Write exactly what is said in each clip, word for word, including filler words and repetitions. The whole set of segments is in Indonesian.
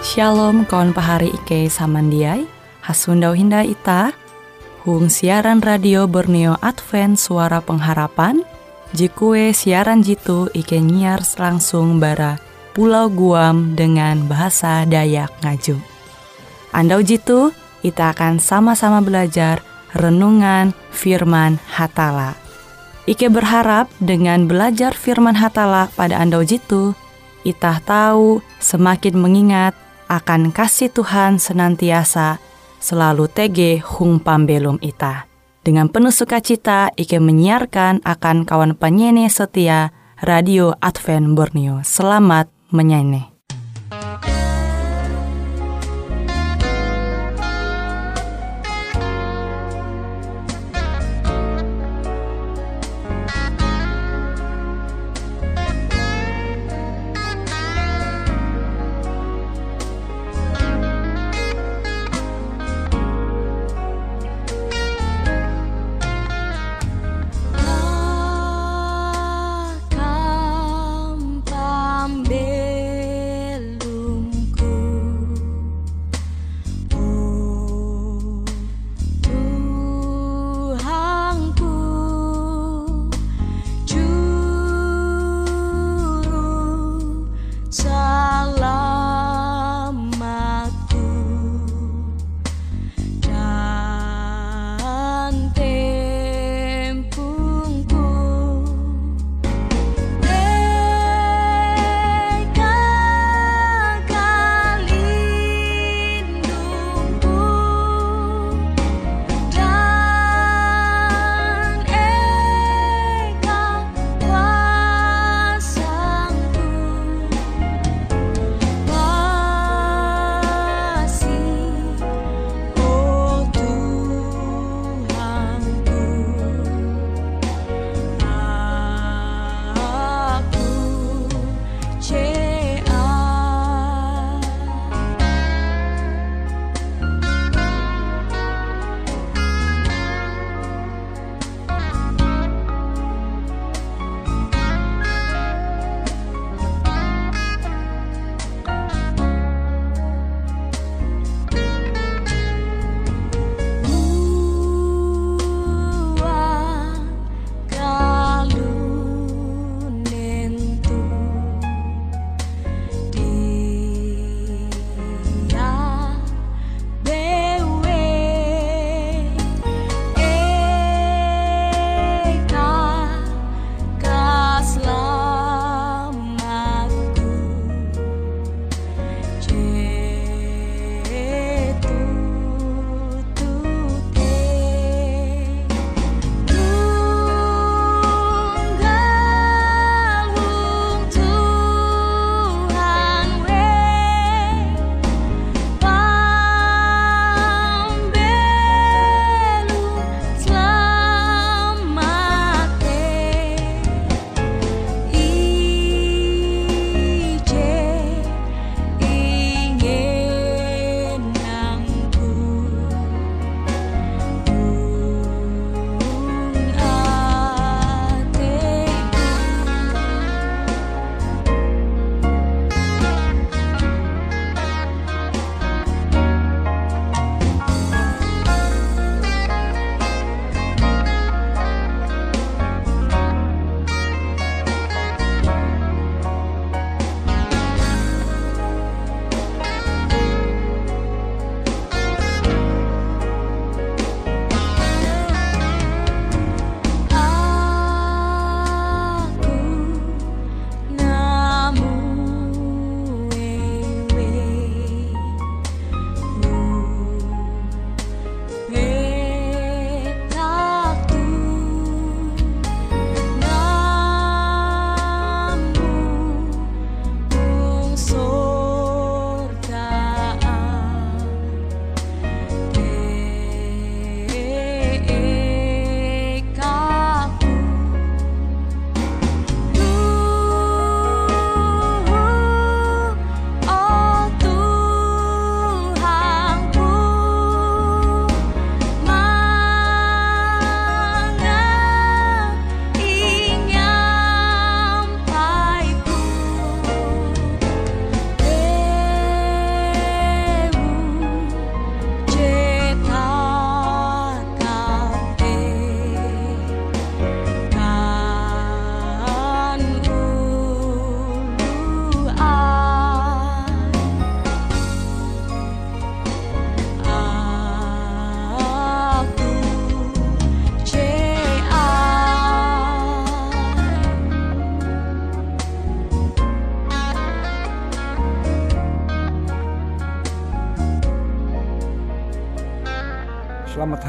Shalom kawan pahari Ike samandiai, hasundau hinda ita, hung siaran radio Borneo Advent Suara Pengharapan, jikue siaran jitu Ike nyiar langsung bara Pulau Guam dengan bahasa Dayak Ngaju. Andau jitu, kita akan sama-sama belajar renungan firman Hatala. Ike berharap dengan belajar firman Hatala pada andau jitu, itah tahu semakin mengingat akan kasih Tuhan senantiasa selalu tege hung pambelum ita. Dengan penuh sukacita, Ike menyiarkan akan kawan penyanyi setia Radio Advent Borneo. Selamat menyanyi. Be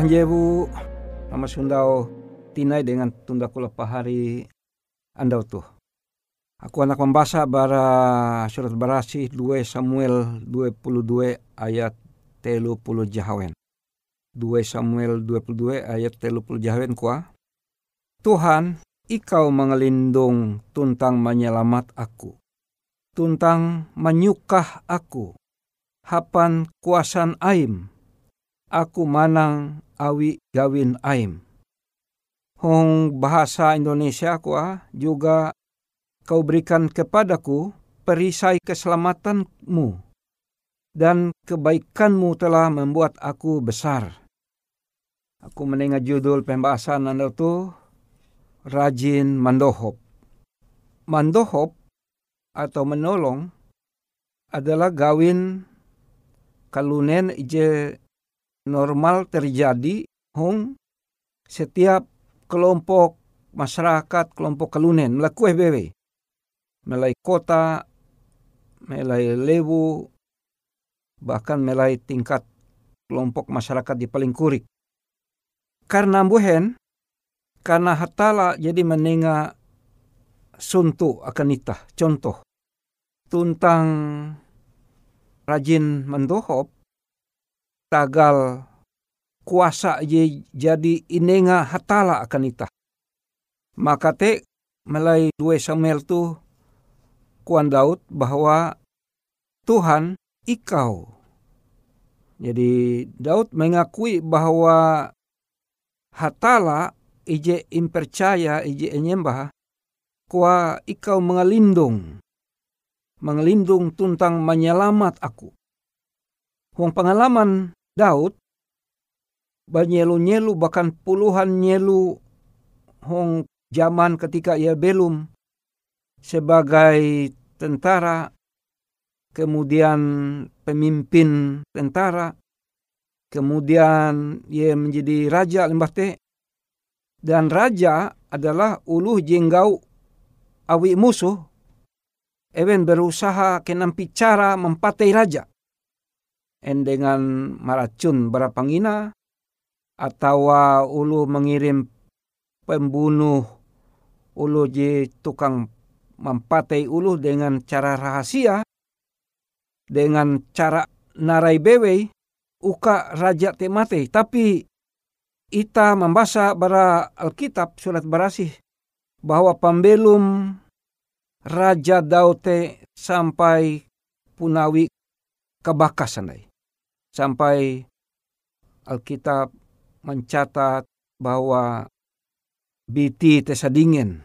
hanjebu nama sundau tinai dengan tunda kula pahari andau tuh. Aku anak membaca bara surat Barasih dua Samuel dua puluh dua ayat tiga puluh jahawen. dua Samuel dua puluh dua ayat tiga puluh jahawen kuah. Tuhan, Ikau mengelindung tuntang menyelamat aku. Tuntang menyukah aku. Hapan kuasan aim. Aku manang awi gawin aim. Hong bahasa Indonesia kuah juga kau berikan kepadaku perisai keselamatanmu. Dan kebaikanmu telah membuat aku besar. Aku mendengar judul pembahasan anda itu rajin mandohop. Mandohop atau menolong adalah gawin kalunen ije normal terjadi hong setiap kelompok masyarakat, kelompok kalunen melakukan bewe. Melai kota, melai lewu, bahkan melai tingkat kelompok masyarakat di paling kurik. Karena buhen, karena hatala jadi menenga suntuk akan itah. Contoh, tuntang rajin mendohop, tagal kuasa jadi inenga hatala akan itah. Maka te melai dua Samuel tu kuan Daud bahwa Tuhan Ikau. Jadi Daud mengakui bahwa hatala ije impercaya ije enyembah kuah Ikau mengelindung. Mengelindung tuntang menyelamat aku. Huang pengalaman Daud banyelu-nyelu bahkan puluhan nyelu hong zaman ketika ia belum sebagai tentara, kemudian pemimpin tentara, kemudian ia menjadi raja lembah te. Dan raja adalah uluh jenggau awi musuh. Ewen berusaha kenampi cara mempatai raja. En dengan maracun barapangina atau ulu mengirim pembunuh ulu je tukang mempatai ulu dengan cara rahasia, dengan cara narai bewe, uka raja te mate. Tapi ita membaca bara Alkitab surat Barasih bahwa pembelum Raja Daud te sampai punawi kebakas andai. Sampai Alkitab mencatat bahwa biti tesadingin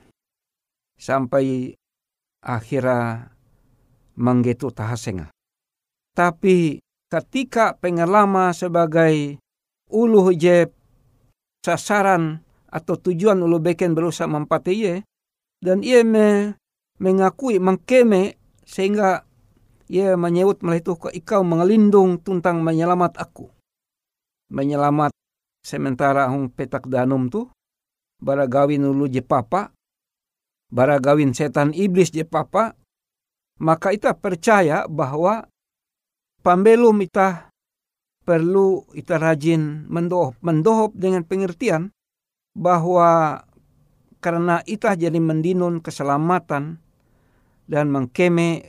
sampai akhirnya menggetu tahasenga. Tapi ketika pengelama sebagai ulu je sasaran atau tujuan ulu beken berusaha mempatai dan ia me, mengakui mengkeme sehingga ia menyebut malah itu Ikau mengelindung tuntang menyelamat aku. Menyelamat sementara hong petak danum tu bara gawin ulu je papa, bara gawin setan iblis je papa, maka kita percaya bahwa pambelum kita perlu kita rajin mendohop. Mendohop dengan pengertian bahwa karena kita jadi mendinun keselamatan dan mengkeme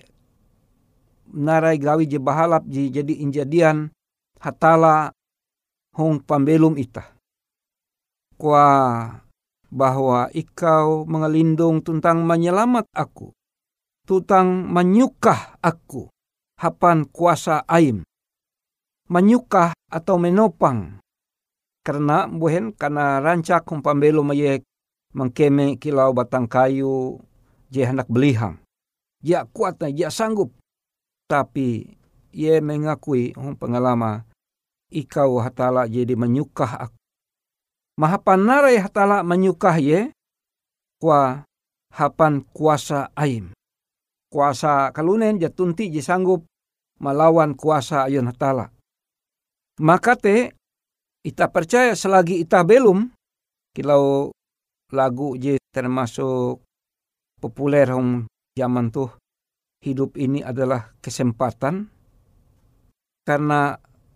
narai gawi je bahalap jadi injadian hatala hong pambelum ita. Kuah bahwa Ikau mengelindung tuntang menyelamat aku. Tutang menyukah aku. Hapan kuasa aim. Menyukah atau menopang. Karena buhen karena rancak hong pambelum ayek mengkeme kilau batang kayu je hendak belihang. Dia kuat na, dia sanggup. Tapi ia mengakui hong pengalama Ikau hatala jadi menyukah aku. Mahapan narai hatala menyukah ye kwa hapan kuasa aim. Kuasa kalunen jatunti je sanggup melawan kuasa ayun hatala. Maka te ita percaya selagi ita belum kilau lagu je termasuk populer hong zaman tuh, hidup ini adalah kesempatan. Karena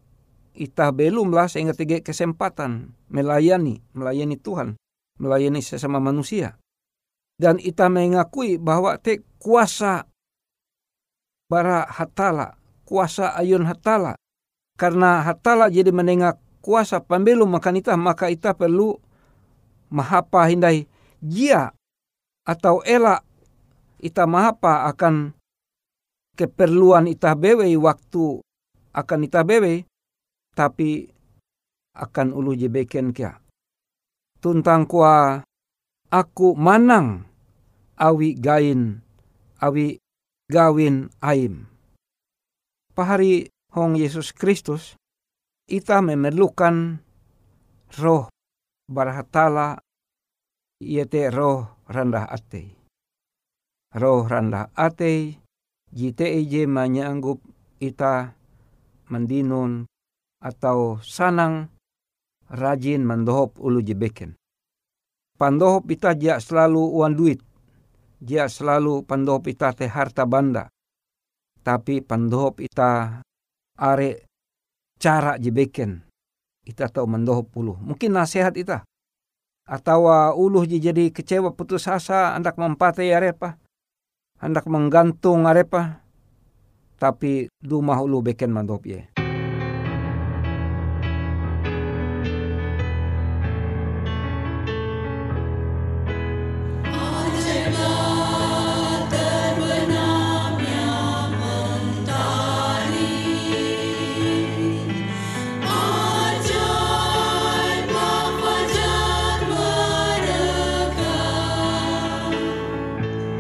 itah belumlah sehingga tiga kesempatan melayani, melayani Tuhan, melayani sesama manusia. Dan itah mengakui bahwa te kuasa bara hatala, kuasa ayun hatala. Karena hatala jadi menengah kuasa pambelum makan itah, maka itah perlu mahapa hindai jia atau elak itah mahapa akan keperluan itah bewe waktu akan itah bewe, tapi akan ulu jebeken kia. Tuntang kuah aku manang awi gain, awi gawin aim. Pahari hong Yesus Kristus, ita memerlukan roh barahatala, iete roh rendah ate. Roh rendah ate, jite eje menyanggup ita mendinun atau sanang rajin mendohop ulu jebeken. Pandohop ita dia selalu uang duit, dia selalu pandohop ita te harta banda. Tapi pandohop ita are cara jebeken, ita tahu mendohop ulu. Mungkin nasihat ita. Atau uluh jadi kecewa putus asa, hendak mempatai arepa, hendak menggantung arepa. Tapi dumah ulu beken mendohop ye.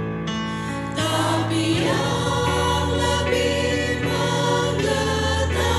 Tapi yang lebih mengetahui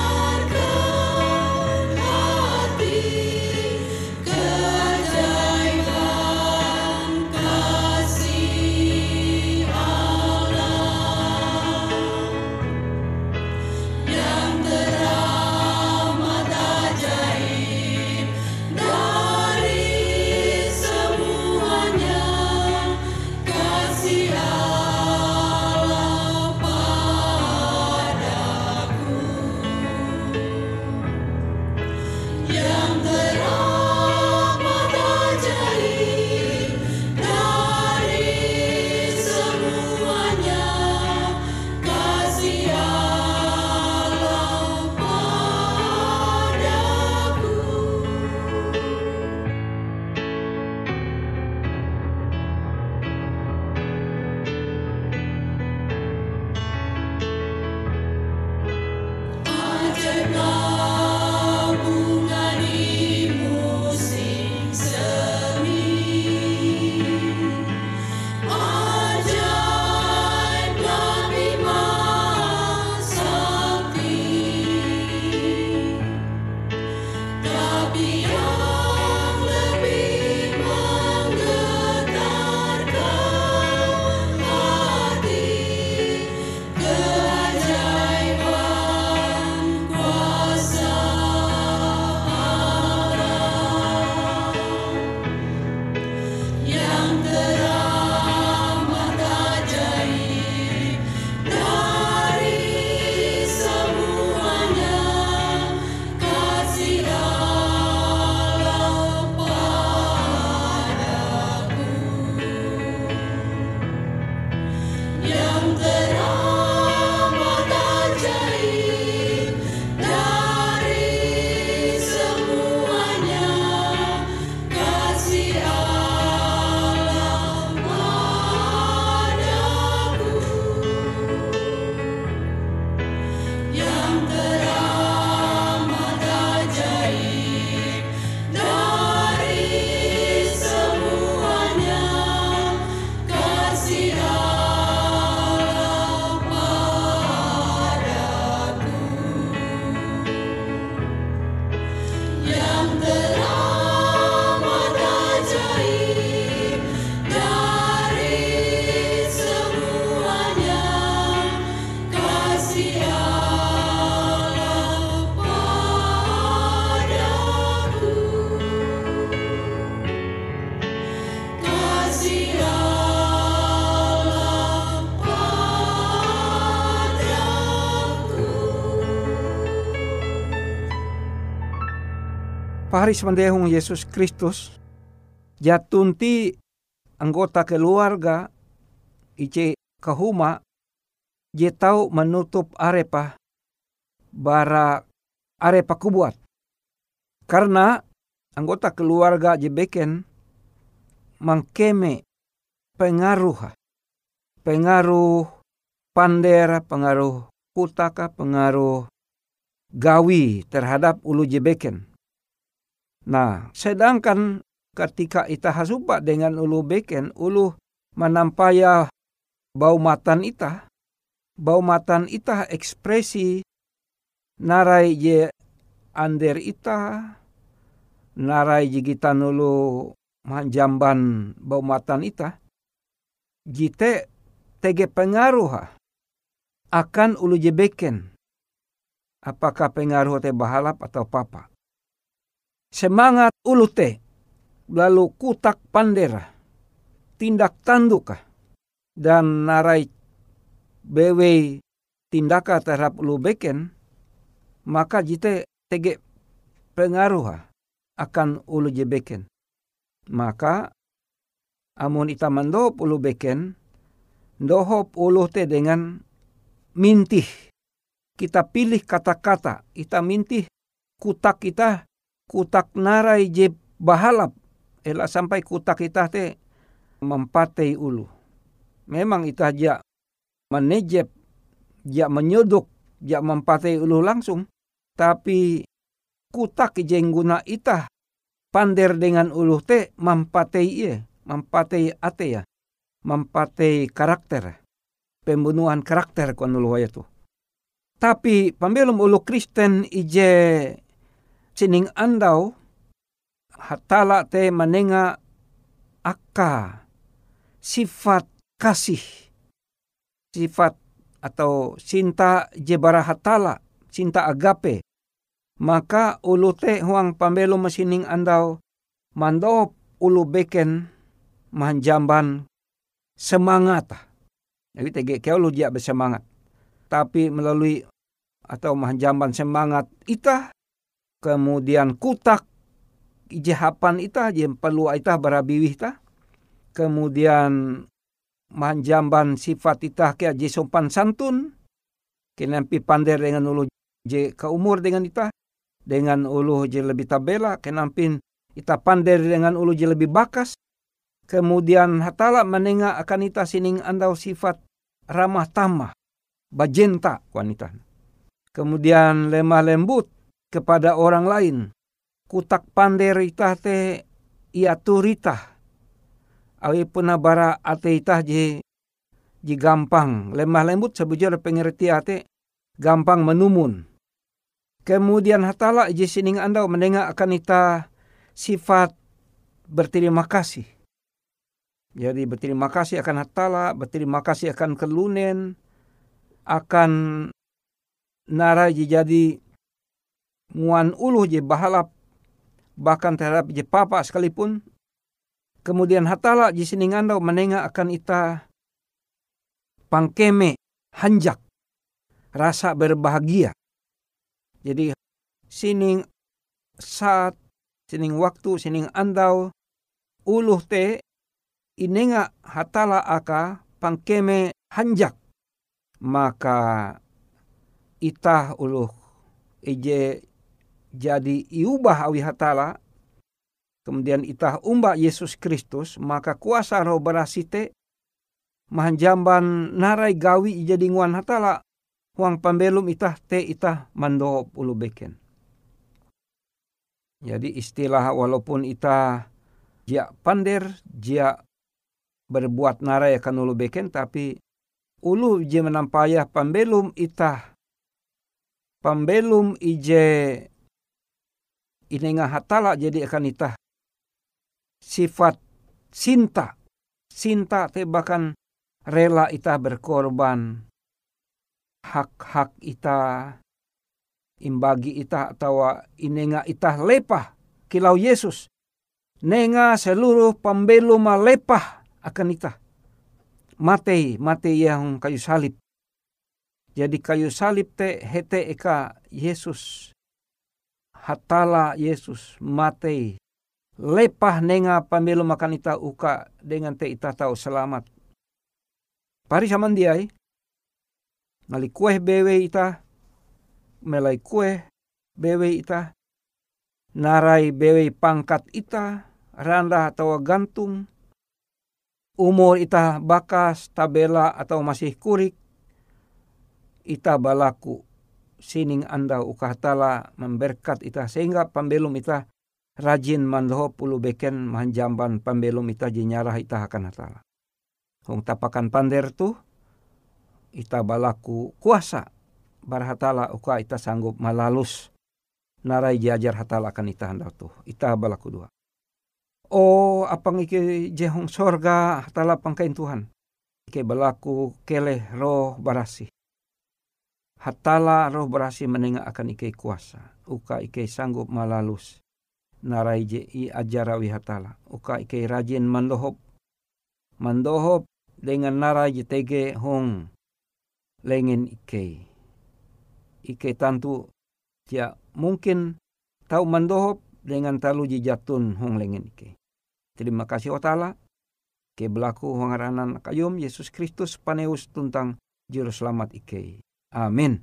Tuhari semandehung Yesus Kristus, jatunti anggota keluarga ice kahuma je tau menutup arepa bara arepa kubuat. Karena anggota keluarga je beken mangkeme pengaruh pengaruh pandera, pengaruh kutaka, pengaruh gawi terhadap ulu je beken. Nah, sedangkan ketika ita hasupa dengan ulu beken, ulu menampaya bau matan ita, bau matan ita ekspresi narai je ander ita, narai je kita nulu manjamban bau matan ita, jite tege pengaruh akan ulu je beken. Apakah pengaruh te bahalap atau papa. Semangat ulu te, lalu kutak pandera, tindak tanduk dan narai bewe tindaka terhadap ulu beken, maka jite tege pengaruh akan ulu je beken. Maka amun ita mandop ulu beken, dohop ulu te dengan mintih. Kita pilih kata-kata, ita mintih kutak kita, kutak narai je bahalap, ela sampai kutak kita te mempatei ulu. Memang ita ja menejep, ja menyodok, ja mempatei ulu langsung, tapi kutak je guna ita pander dengan ulu te mempatei ia, mempatei ate ya, mempatei karakter, pembunuhan karakter kon ulu waya tu. Tapi pambelum ulu Kristen ije sining andau hatala te manenga akka sifat kasih, sifat atau cinta je bara hatala, cinta agape. Maka ulu te huang pambelum sining andau mandop ulu beken manjamban semangat. Jadi tege kau lu dia bersemangat. Tapi melalui atau manjamban semangat ita, kemudian kutak ijahapan ita, jem perlu ita barabiwih ta, kemudian manjamban sifat ita ke je sopan santun, kenampi pander dengan ulu je keumur dengan ita, dengan ulu je lebih tabela, kenampin ita pander dengan ulu je lebih bakas, kemudian hatala menenga akan ita sining andau sifat ramah tamah, bajenta wanita. Kemudian lemah lembut kepada orang lain. Kutak pander itah te iaturita. Awi puna bara ate itah je, je gampang. Lemah lembut sebujur pengerti ate gampang menumun. Kemudian hatala je sining andau mendengar akan ita sifat berterima kasih. Jadi berterima kasih akan hatala, berterima kasih akan kelunen, akan narai je jadi nguan uluh je bahalap, bahkan terhadap je papa sekalipun. Kemudian hatala je sining andau menenga akan ita pangkeme hanjak, rasa berbahagia. Jadi sining saat, sining waktu, sining andau uluh te inenga hatala aka pangkeme hanjak, maka itah uluh ije jadi iubah awi hatala, kemudian itah umba Yesus Kristus, maka kuasa roh berasite mahanjamban narai gawi jadi nguan hatala, huang pambelum itah te itah mandop ulu beken. Jadi istilah walaupun itah jia pander, jia berbuat narai akan ulu beken, tapi ulu je menampayah pambelum itah, pambelum ije inenga hatala jadi akan itah sifat cinta, cinta te bahkan rela itah berkorban hak-hak itah, imbagi itah atau inenga itah lepah kilau Yesus, nenga seluruh pambelum lepah akan itah. Mate, mate yang kayu salib. Jadi kayu salib te hete eka Yesus hatala Yesus matei lepah nenga pambelum makan ita uka dengan te ita tahu selamat. Pari samandiai ngali kue bewe ita melai kue bewe ita narai bewe pangkat ita randa atau gantung umur ita bakas tabela atau masih kurik ita balaku sining anda uka hatala memberkat ita sehingga pambelum ita rajin mandoho pulu beken manjamban pambelum ita jinyarah ita akan hatala. Hong tapakan pander tu ita balaku kuasa bar hatala uka ita sanggup malalus narai jajar hatala akan ita handa tu ita balaku dua. Oh apang ike jehong sorga hatala pangkain Tuhan ike balaku keleh roh barasi. Hatala roh berasi menengah akan ike kuasa. Uka ike sanggup malalus. Narai je i ajarawi hatala. Uka ike rajin mandohop. Mandohop dengan narai je tege hong. Lengen ike. Ike tantu ya mungkin tahu mandohop dengan talu jatun hong lengen ike. Terima kasih hatala. Ike belaku hong aranan kayum Yesus Kristus paneus tuntang juru selamat ike. Amin.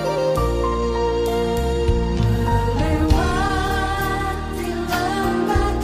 Melewati lembah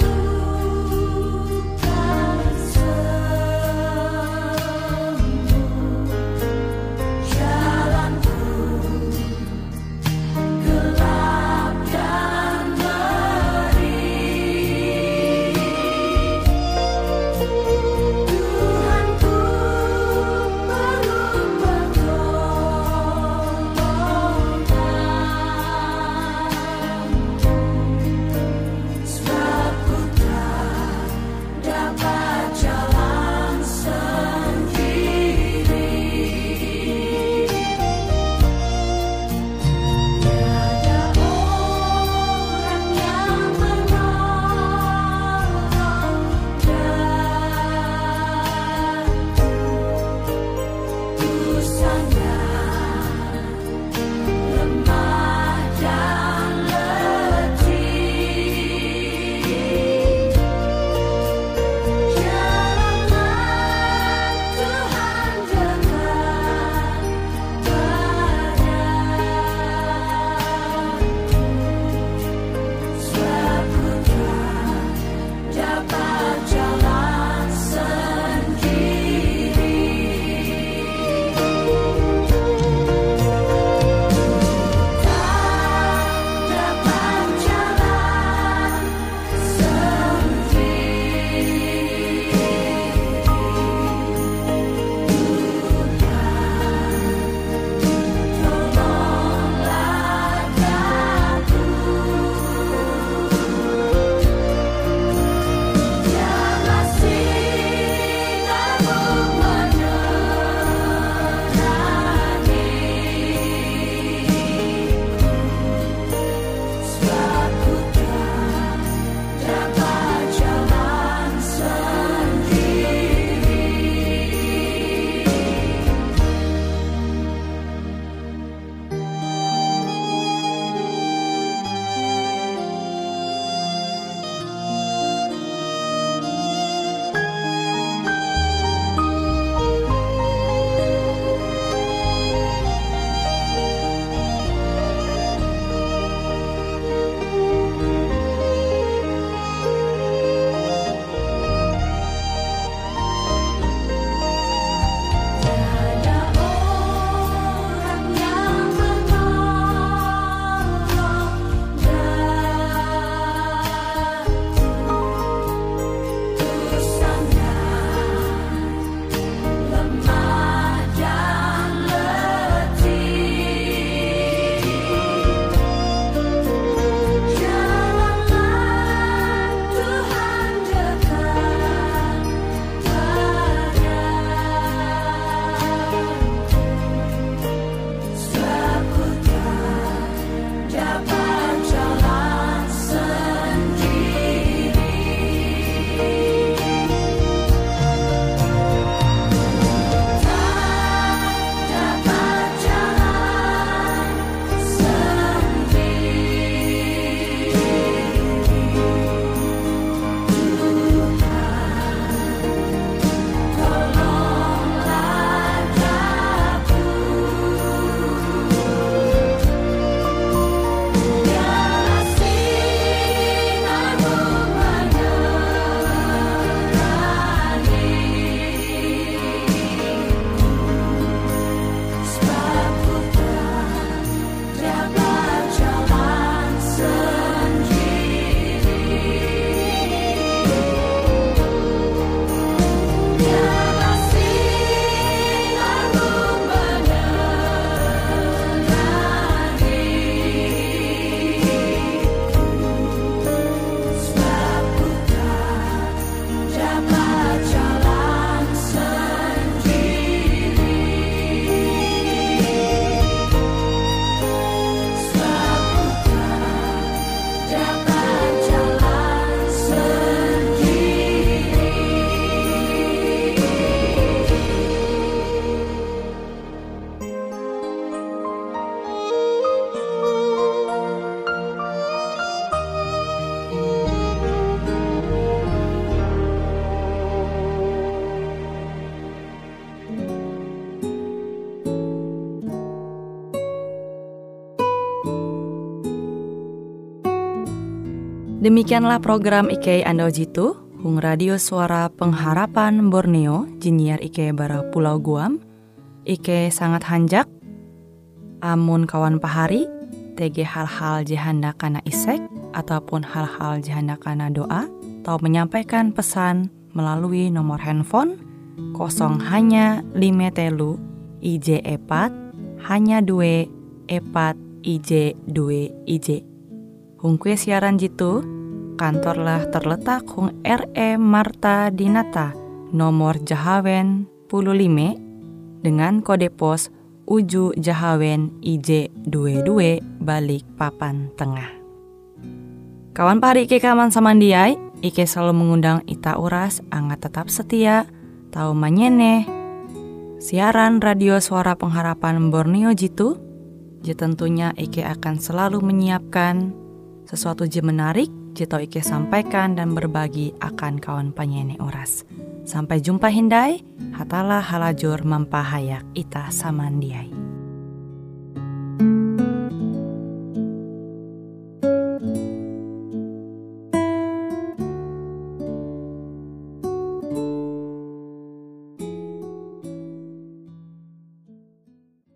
Demikianlah program Ike Ando Jitu, Hung Radio Suara Pengharapan Borneo, Jinier Ike bara Pulau Guam. Ike sangat hanjak, amun kawan pahari, tege hal-hal jihanda kana isek, ataupun hal-hal jihanda kana doa, atau menyampaikan pesan melalui nomor handphone kosong hanya lima telu ij epat hanya dua epat ij dua ij. Hung kue siaran jitu, kantorlah terletak hung R E Marta Dinata, nomor Jahawen puluh lima, dengan kode pos Uju Jahawen I J dua dua balik papan tengah. Kawan pahari Ike kaman samandiai, Ike selalu mengundang ita uras angga tetap setia, tau manyene siaran radio Suara Pengharapan Borneo jitu. Je tentunya Ike akan selalu menyiapkan sesuatu je menarik, je tau Ike sampaikan dan berbagi akan kawan panyene uras. Sampai jumpa hindai, hatalah halajur mampahayak ita samandiai.